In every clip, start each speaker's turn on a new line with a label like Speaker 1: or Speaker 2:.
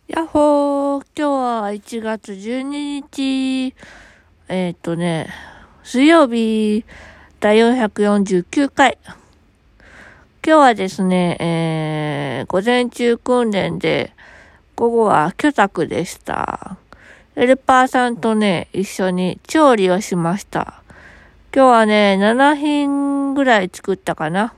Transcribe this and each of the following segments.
Speaker 1: やっほー、今日は1月12日、水曜日、第449回。今日はですね、午前中訓練で、午後は居宅でした。ヘルパーさんとね、一緒に調理をしました。今日はね、7品ぐらい作ったかな。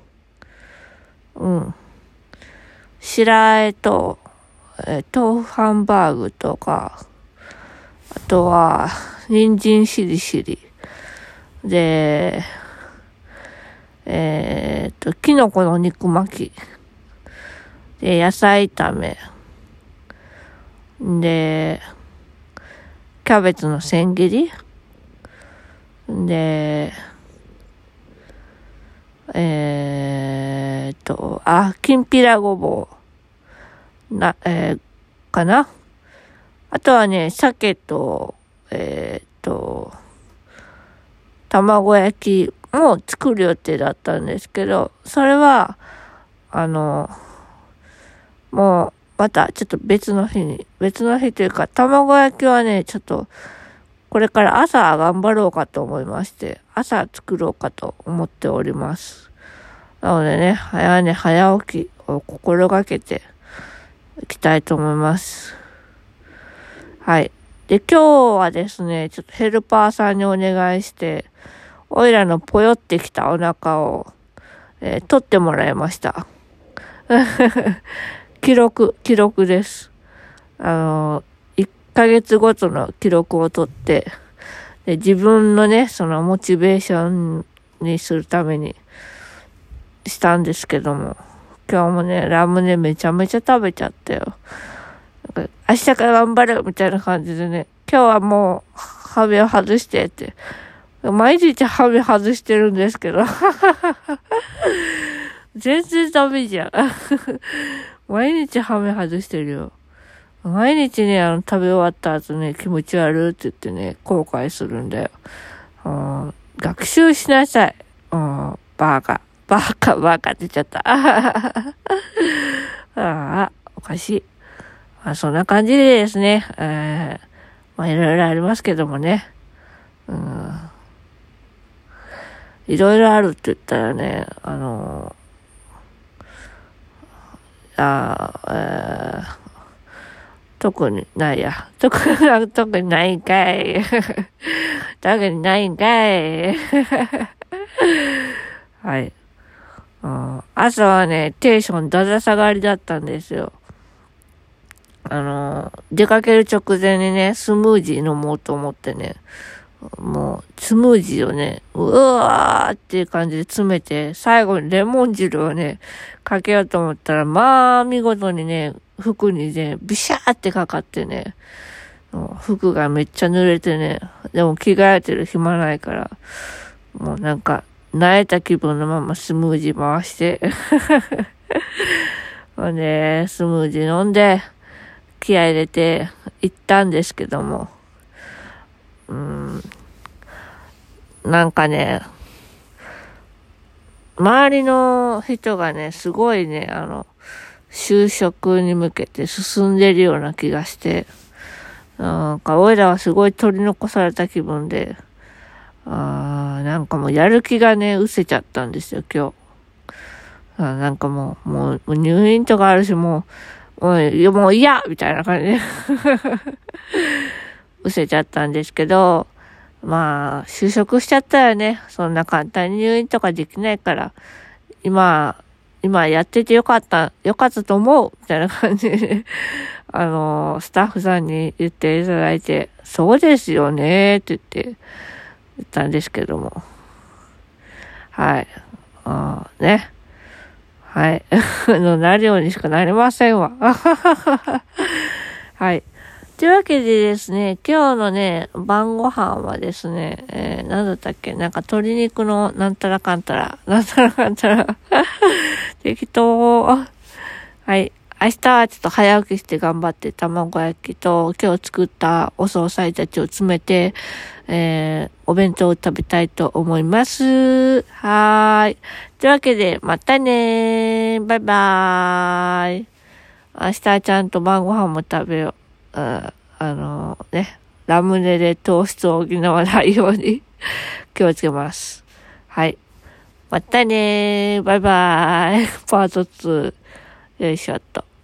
Speaker 1: 白あえと、豆腐ハンバーグとか、あとは、人参しりしり。で、キノコの肉巻き。で、野菜炒め。で、キャベツの千切り。で、きんぴらごぼう。かな。あとはね、鮭と、卵焼きも作る予定だったんですけど、それは、もう、またちょっと別の日というか、卵焼きはね、ちょっと、これから朝頑張ろうかと思いまして、朝作ろうかと思っております。なのでね、早起きを心がけていきたいと思います。はい。で、今日はですね、ちょっとヘルパーさんにお願いして、おいらのぽよってきたお腹を、取ってもらいました。記録です。1ヶ月ごとの記録を取って、で、自分のね、そのモチベーションにするためにしたんですけども、今日もね、ラムネめちゃめちゃ食べちゃったよ。明日から頑張るみたいな感じでね、今日はもう、ハメを外してって、毎日ハメ外してるんですけど、全然ダメじゃん。毎日ハメ外してるよ。毎日ね、食べ終わった後ね、気持ち悪いって言ってね、後悔するんだよ。学習しなさい。バカって言っちゃった。おかしい。そんな感じでですね、いろいろありますけどもね。いろいろあるって言ったらね、特にないや。特にないんかい。特にないんかい。はい。朝はね、テンションだだ下がりだったんですよ。出かける直前にね、スムージー飲もうと思ってね、もう、スムージーをね、うわーっていう感じで詰めて、最後にレモン汁をね、かけようと思ったら、まあ、見事にね、服にね、ビシャーってかかってね、服がめっちゃ濡れてね、でも着替えてる暇ないから、もうなんか、慣れた気分のままスムージー回して、ほんで、スムージー飲んで、気合入れて行ったんですけども、なんかね、周りの人がね、すごいね、就職に向けて進んでるような気がして、なんか、おいらはすごい取り残された気分で、なんかもうやる気がね、失せちゃったんですよ、今日。なんかもう入院とかあるし、もう嫌みたいな感じで失せちゃったんですけど、まあ、就職しちゃったらね、そんな簡単に入院とかできないから、今やっててよかったと思うみたいな感じで、スタッフさんに言っていただいて、そうですよねって言ったんですけども。はい。ね。はい。なるようにしかなりませんわ。はい。というわけでですね、今日のね、晩ご飯はですね、なんだったっけ、なんか鶏肉のなんたらかんたら、適当。はい。明日はちょっと早起きして頑張って卵焼きと今日作ったお惣菜たちを詰めて、お弁当を食べたいと思います。はーい。というわけで、またねー。バイバーイ。 明日はちゃんと晩ご飯も食べよう。ラムネで糖質を補わないように気をつけます。はい。またねー。バイバーイ。パート2。よいしょっと。